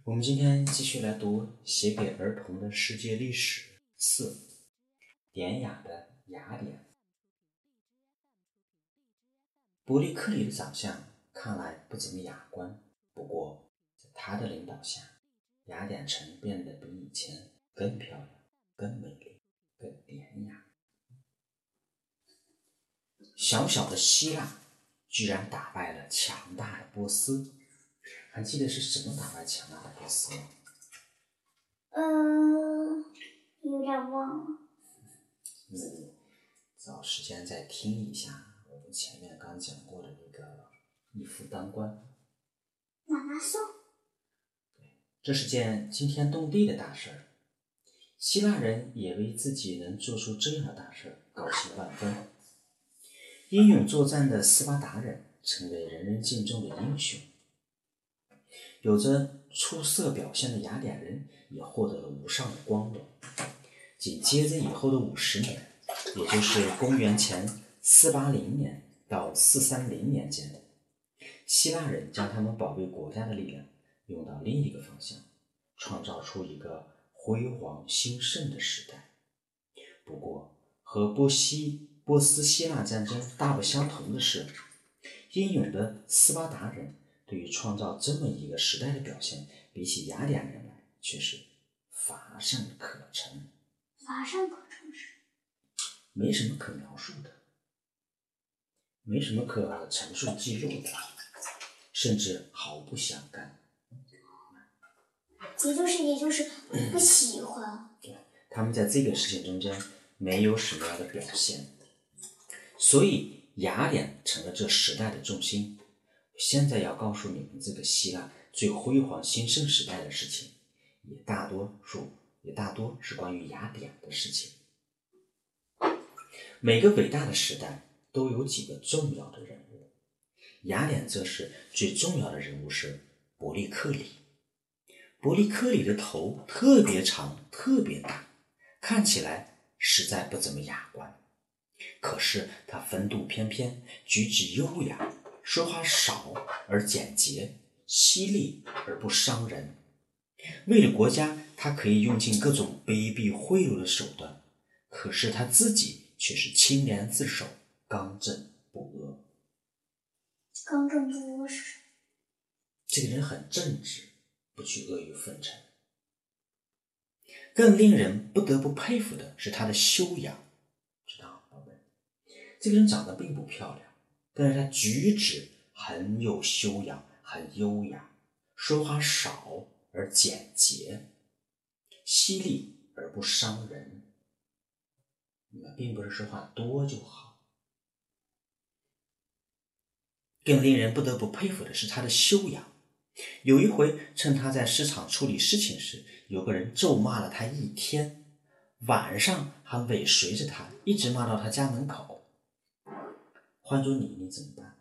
我们今天继续来读写给儿童的世界历史4，典雅的雅典。伯利克里的长相看来不怎么雅观，不过在他的领导下，雅典城变得比以前更漂亮、更美丽、更典雅。小小的希腊居然打败了强大的波斯，还记得是什么打败强大的波斯吗？ 有点忘了。 找时间再听一下我们前面刚讲过的那个一夫当关。 马拉松。 这是件惊天动地的大事儿，希腊人也为自己能做出这样的大事高兴万分。英勇作战的斯巴达人成为人人敬重的英雄，有着出色表现的雅典人也获得了无上的光荣。紧接着以后的50年，也就是公元前480年到430年间，希腊人将他们保卫国家的力量用到另一个方向，创造出一个辉煌兴盛的时代。不过和波斯希腊战争大不相同的是，英勇的斯巴达人对于创造这么一个时代的表现，比起雅典人来却是乏善可陈。 乏善可陈是没什么可描述的，没什么可陈述记录的，甚至毫不相干。 也就是不喜欢。 他们在这个事情中间没有什么样的表现，所以雅典成了这时代的重心。现在要告诉你们这个希腊最辉煌兴盛时代的事情，也大多是关于雅典的事情。每个伟大的时代都有几个重要的人物，雅典这时最重要的人物是伯利克里。伯利克里的头特别长特别大，看起来实在不怎么雅观，可是他风度翩翩，举止优雅，说话少而简洁，犀利而不伤人。为了国家，他可以用尽各种卑鄙贿赂的手段，可是他自己却是清廉自守，刚正不阿。 刚正不阿是什么？ 这个人很正直，不去阿谀奉承。更令人不得不佩服的是他的修养，知道吗，宝贝？这个人长得并不漂亮，但是他举止很有修养，很优雅，说话少而简洁，犀利而不伤人。并不是说话多就好。更令人不得不佩服的是他的修养。有一回，趁他在市场处理事情时，有个人咒骂了他一天，晚上还尾随着他，一直骂到他家门口。换做你怎么办？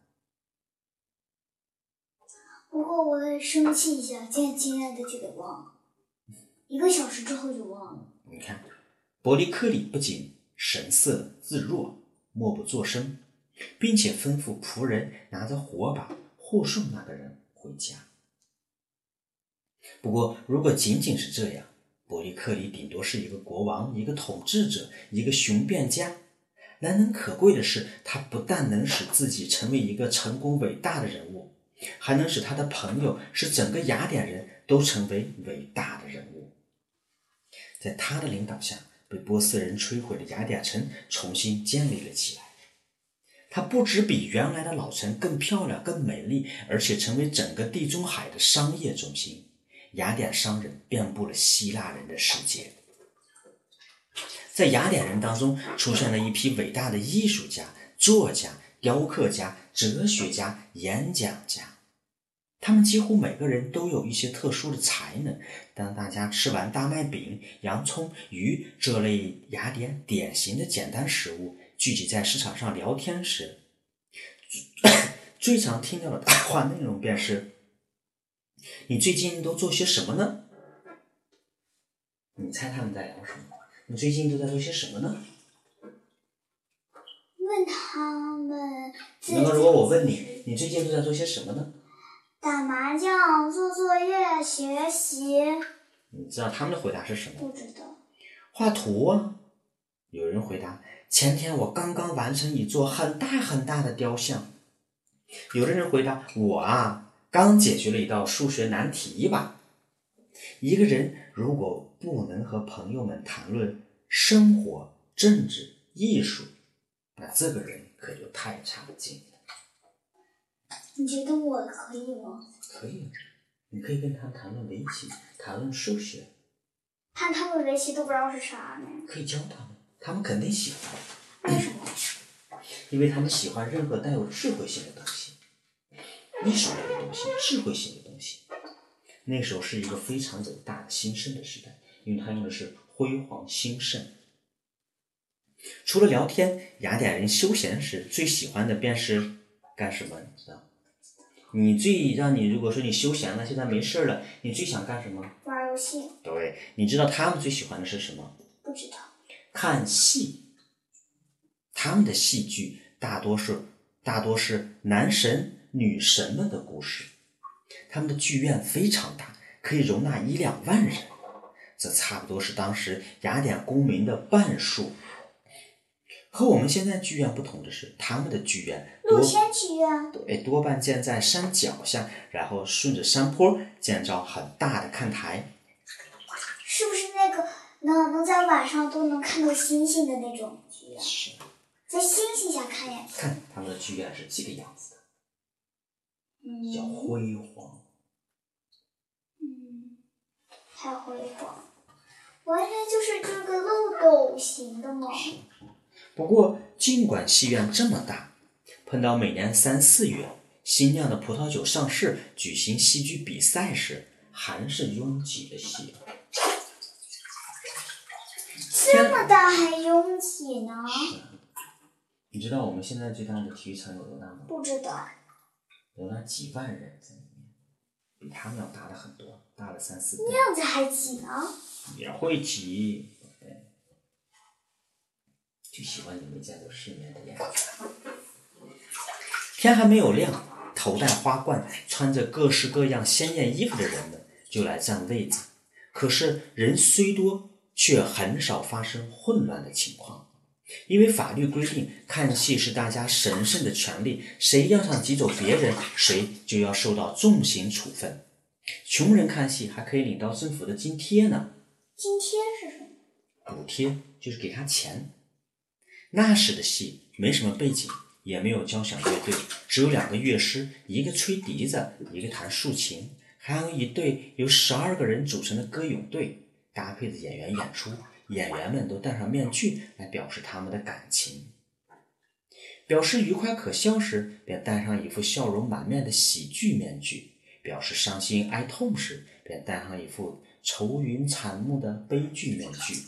不过我会生气一下，亲爱的就给忘了，1个小时之后就忘了。 你看，伯利克里不仅神色自若，默不作声，并且吩咐仆人拿着火把护送那个人回家。不过如果仅仅是这样，伯利克里顶多是一个国王，一个统治者，一个雄辩家。难能可贵的是，他不但能使自己成为一个成功伟大的人物，还能使他的朋友，使整个雅典人都成为伟大的人物。在他的领导下，被波斯人摧毁的雅典城重新建立了起来。它不只比原来的老城更漂亮更美丽，而且成为整个地中海的商业中心。雅典商人遍布了希腊人的世界。在雅典人当中出现了一批伟大的艺术家、作家、雕刻家、哲学家、演讲家。他们几乎每个人都有一些特殊的才能。当大家吃完大麦饼、洋葱、鱼这类雅典典型的简单食物，聚集在市场上聊天时，最常听到的谈话内容便是：你最近都做些什么呢？你猜他们在聊什么？你最近都在做些什么呢？ 问他们。 那么如果我问你，你最近都在做些什么呢？ 打麻将、做作业、学习。 你知道他们的回答是什么？ 不知道。 画图啊。有人回答，前天我刚刚完成一座很大很大的雕像。有的人回答，我啊，刚解决了一道数学难题吧。一个人如果不能和朋友们谈论生活、政治、艺术，那这个人可就太差劲了。 你觉得我可以吗？ 可以，你可以跟他们谈论围棋，谈论数学。 看他们围棋都不知道是啥呢。 可以教他们，他们肯定喜欢。 为什么？ 因为他们喜欢任何带有智慧性的东西，艺术类的东西，智慧性的东西。那时候是一个非常伟大的兴盛的时代，因为他用的是辉煌兴盛。除了聊天，雅典人休闲时最喜欢的便是干什么？你知道？如果说你休闲了，现在没事了，你最想干什么？ 玩游戏。 对，你知道他们最喜欢的是什么？ 不知道。 看戏。他们的戏剧大多是男神女神们的故事。他们的剧院非常大，可以容纳1-2万人，这差不多是当时雅典公民的半数。和我们现在剧院不同的是，他们的剧院露天剧院多半建在山脚下，然后顺着山坡建造很大的看台。 是不是那个能在晚上都能看到星星的那种剧院？ 是。 在星星下看呀。 看他们的剧院是这个样子的，比较辉煌。 太辉煌，完全就是这个漏斗型的嘛。 不过，尽管戏院这么大，碰到每年3、4月新酿的葡萄酒上市、举行戏剧比赛时，还是拥挤的戏。 这么大还拥挤呢？ 是。你知道我们现在最大的体育场有多大吗？ 不知道。 容纳几万人在里面，比他们要大的很多，大了3、4倍。 那样子还挤呢？ 也会挤。就喜欢你没见过世面的样子。天还没有亮，头戴花冠、穿着各式各样鲜艳衣服的人们就来占位子。可是人虽多，却很少发生混乱的情况，因为法律规定看戏是大家神圣的权利，谁要想挤走别人，谁就要受到重刑处分。穷人看戏还可以领到政府的津贴呢。 津贴是什么？ 补贴，就是给他钱。那时的戏没什么背景，也没有交响乐队，只有2个乐师，一个吹笛子，一个弹竖琴，还有一队由12个人组成的歌咏队，搭配着演员演出。演员们都戴上面具来表示他们的感情。表示愉快可笑时，便戴上一副笑容满面的喜剧面具；表示伤心哀痛时，便戴上一副愁云惨目的悲剧面具。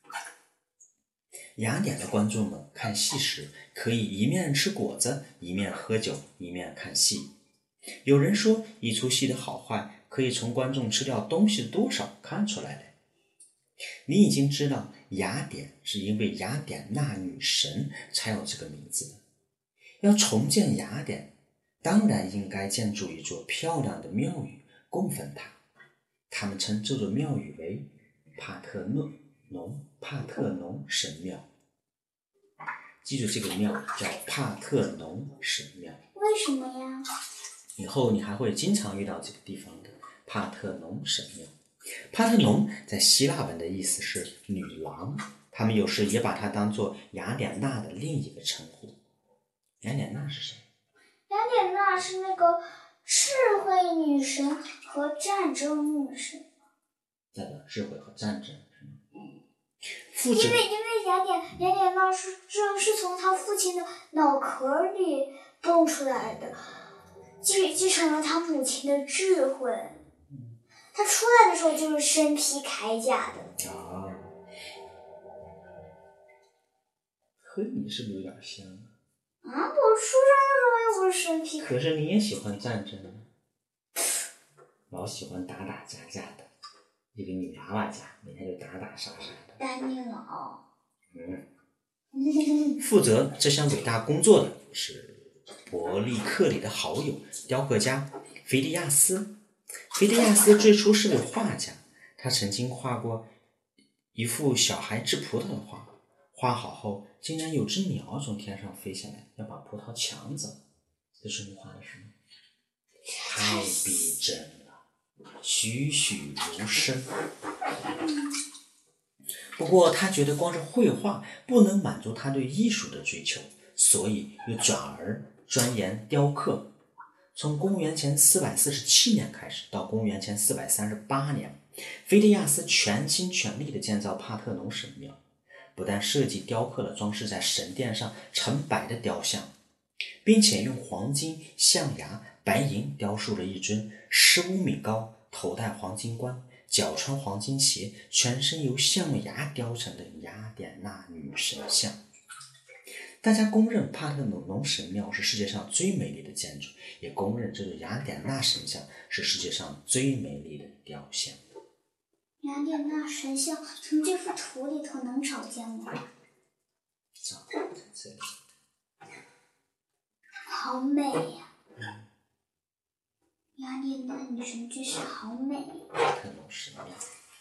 雅典的观众们看戏时，可以一面吃果子，一面喝酒，一面看戏。有人说，一出戏的好坏，可以从观众吃掉东西的多少看出来的。你已经知道，雅典是因为雅典娜女神才有这个名字的。要重建雅典，当然应该建筑一座漂亮的庙宇供奉它。他们称这座庙宇为帕特农神庙。记住这个庙叫帕特农神庙。 为什么呀？ 以后你还会经常遇到这个地方的帕特农神庙。帕特农在希腊文的意思是女郎，他们有时也把它当作雅典娜的另一个称呼。雅典娜是谁？ 雅典娜是那个智慧女神和战争女神。 代表智慧和战争是吗？ 因为雅典娜是从她父亲的脑壳里蹦出来的，继承了她母亲的智慧。她出来的时候就是身披铠甲的。 和你是不是有点像啊？我出生的时候又不是身披铠甲。 可是你也喜欢战争，老喜欢打打架架的，一个女娃娃家，每天就打打杀杀的。 丹尼老。 负责这项伟大工作的是伯利克里的好友雕刻家菲利亚斯。菲利亚斯最初是位画家，他曾经画过一幅小孩吃葡萄的画，画好后竟然有只鸟从天上飞下来，要把葡萄抢走。这说明画的什么？太逼真了，栩栩如生。不过他觉得光是绘画不能满足他对艺术的追求，所以又转而钻研雕刻。从公元前447年开始，到公元前438年，菲利亚斯全心全力地建造帕特农神庙，不但设计雕刻了装饰在神殿上成百的雕像，并且用黄金、象牙、白银雕塑了一尊15米高、头戴黄金冠、脚穿黄金鞋、全身由象牙雕成的雅典娜女神像。大家公认帕特农神庙是世界上最美丽的建筑，也公认这座雅典娜神像是世界上最美丽的雕像。 雅典娜神像从这幅图里头能找见吗？ 找在这里。 好美呀！雅典娜女神真是好美。 帕特农神庙。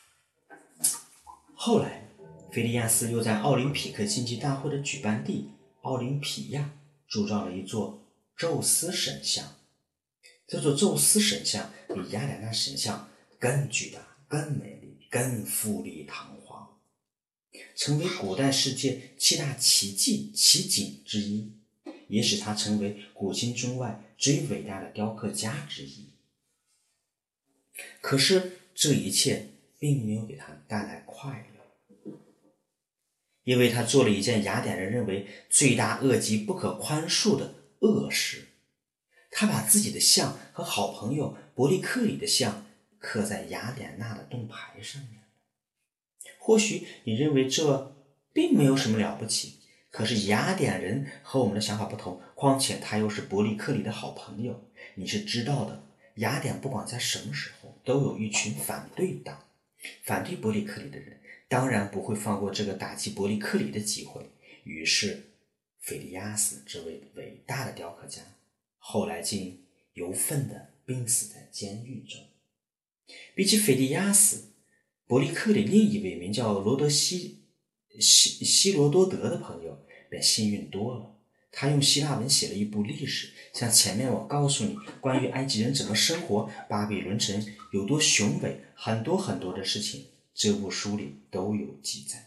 后来，菲利亚斯又在奥林匹克竞技大会的举办地奥林匹亚铸造了一座宙斯神像。这座宙斯神像比雅典娜神像更巨大、更美丽、更富丽堂皇，成为古代世界7大奇景之一，也使他成为古今中外最伟大的雕刻家之一。可是这一切并没有给他带来快乐，因为他做了一件雅典人认为罪大恶极、不可宽恕的恶事。他把自己的像和好朋友伯利克里的像刻在雅典娜的盾牌上面。或许你认为这并没有什么了不起，可是雅典人和我们的想法不同，况且他又是伯利克里的好朋友。你是知道的，雅典不管在什么时候都有一群反对党，反对伯利克里的人当然不会放过这个打击伯利克里的机会。于是菲利亚斯这位伟大的雕刻家后来竟由愤地病死在监狱中。比起菲利亚斯，伯利克里另一位名叫罗德希罗多德的朋友便幸运多了。他用希腊文写了一部历史，像前面我告诉你关于埃及人怎么生活，巴比伦城有多雄伟，很多很多的事情，这部书里都有记载。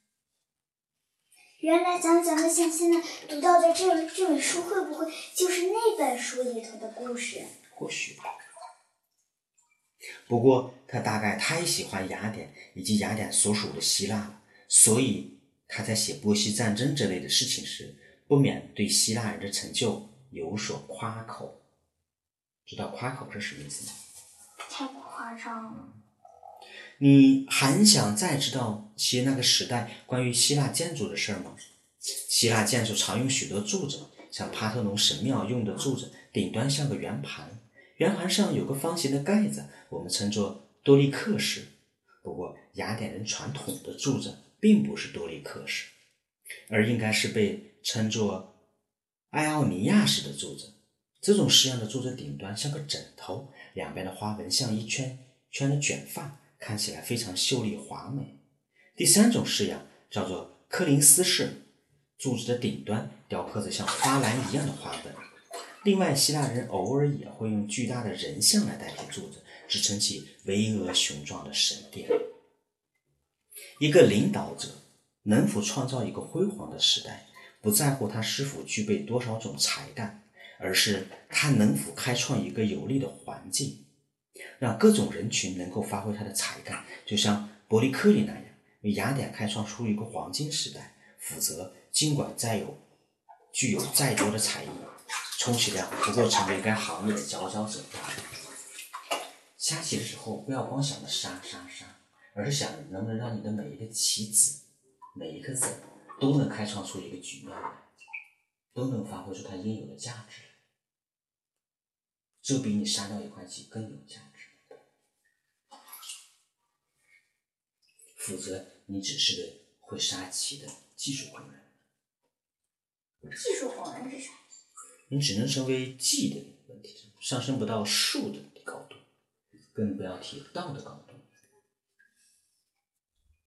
原来咱们现在读到的这本书，会不会就是那本书里头的故事？ 或许吧。不过他大概太喜欢雅典以及雅典所属的希腊了，所以他在写波西战争这类的事情时，不免对希腊人的成就有所夸口。知道夸口是什么意思吗？ 太夸张了。 你还想再知道其那个时代关于希腊建筑的事吗？希腊建筑常用许多柱子，像帕特农神庙用的柱子顶端像个圆盘，圆盘上有个方形的盖子，我们称作多利克式。不过雅典人传统的柱子并不是多利克式，而应该是被称作埃奥尼亚式的柱子。这种式样的柱子顶端像个枕头，两边的花纹像一圈圈的卷发，看起来非常秀丽华美。第三种式样叫做柯林斯式，柱子的顶端雕刻着像花篮一样的花纹。另外，希腊人偶尔也会用巨大的人像来代替柱子，支撑起巍峨雄壮的神殿。一个领导者能否创造一个辉煌的时代，不在乎他是否具备多少种才干，而是他能否开创一个有利的环境，让各种人群能够发挥他的才干，就像伯利克里那样，为雅典开创出一个黄金时代。否则尽管具有再多的才艺，充其量不够成为该行业的佼佼者。下棋的时候不要光想着杀，而是想能不能让你的每一个棋子、每一颗子都能开创出一个局面来，都能发挥出它应有的价值，这比你杀掉一块棋更有价值。否则你只是个会杀棋的技术工人。 技术工人是啥？ 你只能成为技的问题上。 上升不到术的高度，更不要提道的高度。